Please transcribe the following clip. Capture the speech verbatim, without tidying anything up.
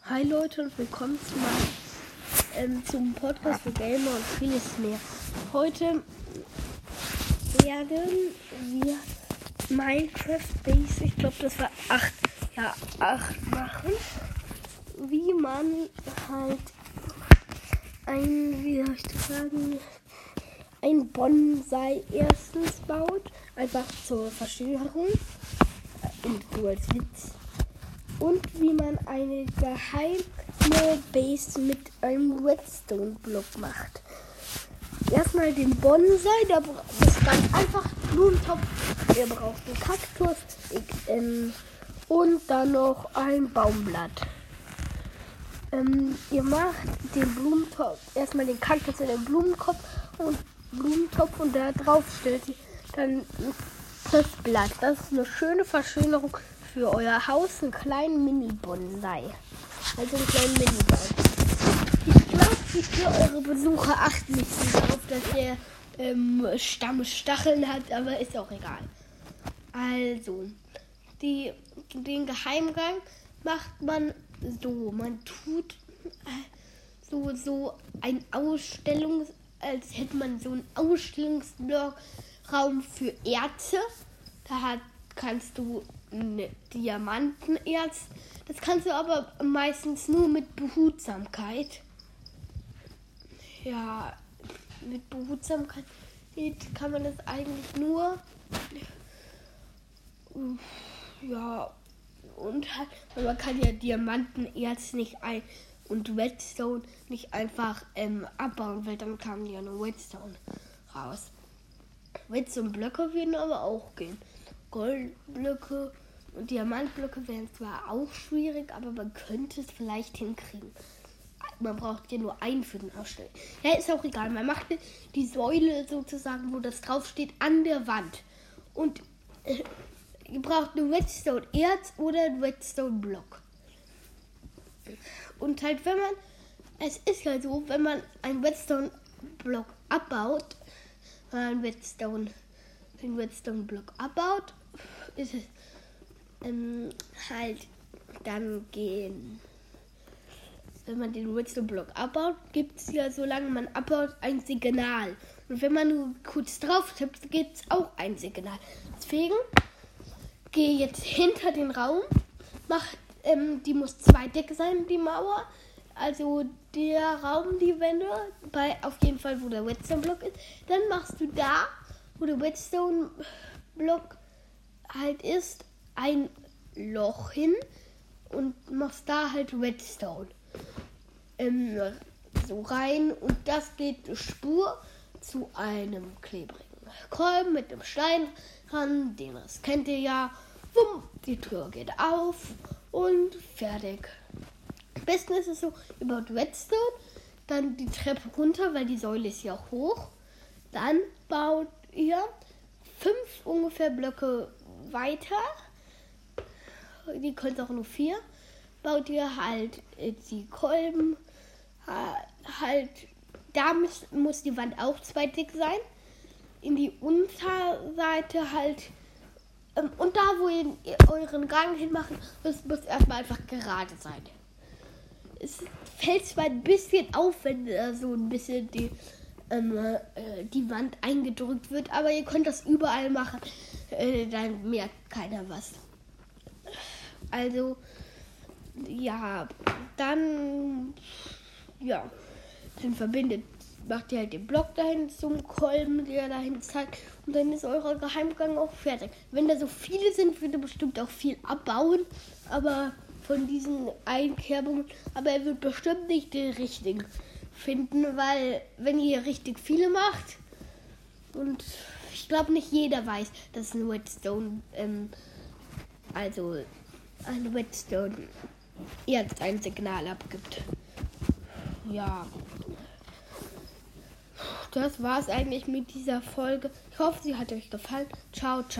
Hi Leute und willkommen zu meinem, ähm, zum Podcast für Gamer und vieles mehr. Heute werden wir Minecraft Base, ich glaube das war acht, ja acht machen, wie man halt ein, wie soll ich das sagen, ein Bonsai erstens baut, einfach zur Verschönerung und so als Witz. Und wie man eine geheime Base mit einem Redstone-Block macht. Erstmal den Bonsai, da braucht es ganz einfach Blumentopf, der braucht einen Kaktus ähm, und dann noch ein Baumblatt. Ähm, ihr macht den Blumentopf, erstmal den Kaktus in den Blumentopf und Blumentopf und da drauf stellt ihr dann das Blatt. Das ist eine schöne Verschönerung für euer Haus, einen kleinen Mini-Bonsai. Also einen kleinen Mini-Bonsai. Ich glaube, für eure Besucher achten nicht so darauf, dass der ähm, Stamm Stacheln hat, aber ist auch egal. Also, die, den Geheimgang macht man so. Man tut äh, so, so ein Ausstellungs... als hätte man so einen Ausstellungsraum für Erze. Da hat, kannst du eine Diamantenerz. Das kannst du aber meistens nur mit Behutsamkeit. Ja, mit Behutsamkeit kann man das eigentlich nur. Ja, und halt, man kann ja Diamantenerz nicht ein und Redstone nicht einfach ähm, abbauen, weil dann kam ja nur Redstone raus. Redstone-Blöcke würden aber auch gehen. Goldblöcke und Diamantblöcke wären zwar auch schwierig, aber man könnte es vielleicht hinkriegen. Man braucht ja nur einen für den Ausstellen. Ja, ist auch egal. Man macht die Säule sozusagen, wo das draufsteht, an der Wand. Und äh, ihr braucht eine Redstone-Erz oder einen Redstone-Block. Und halt, wenn man, es ist ja so, wenn man einen Redstone-Block abbaut, wenn man einen Redstone, einen Redstone-Block abbaut, ist es ähm, halt dann gehen. Wenn man den Redstone-Block abbaut, gibt es ja, solange man abbaut, ein Signal. Und wenn man nur kurz drauf tippt, gibt es auch ein Signal. Deswegen gehe jetzt hinter den Raum, mach, ähm, die muss zwei dick sein, die Mauer. Also der Raum, die Wände, bei auf jeden Fall, wo der Redstone-Block ist. Dann machst du da, wo der Redstone-Block halt ist, ein Loch hin und machst da halt Redstone ähm, so rein und das geht eine Spur zu einem klebrigen Kolben mit einem Stein ran, den Rest kennt ihr ja. Wumm, die Tür geht auf und fertig. Am besten ist es so, ihr baut Redstone, dann die Treppe runter, weil die Säule ist ja hoch. Dann baut ihr fünf ungefähr Blöcke weiter, die könnt auch nur vier, baut ihr halt die Kolben, halt, da muss, muss die Wand auch zwei dick sein, in die Unterseite halt, ähm, und da, wo ihr euren Gang hinmachen müsst, muss erstmal einfach gerade sein. Es fällt zwar ein bisschen auf, wenn da so ein bisschen die Ähm, äh, die Wand eingedrückt wird, aber ihr könnt das überall machen, äh, dann merkt keiner was. Also, ja, dann, ja, dann verbindet, macht ihr halt den Block dahin zum Kolben, der dahin zeigt, und dann ist euer Geheimgang auch fertig. Wenn da so viele sind, wird er bestimmt auch viel abbauen, aber von diesen Einkerbungen, aber er wird bestimmt nicht den richtigen finden, weil wenn ihr richtig viele macht und ich glaube nicht jeder weiß, dass ein Redstone ähm, also ein Redstone jetzt ein Signal abgibt. Ja, das war's eigentlich mit dieser Folge. Ich hoffe, sie hat euch gefallen. Ciao, ciao.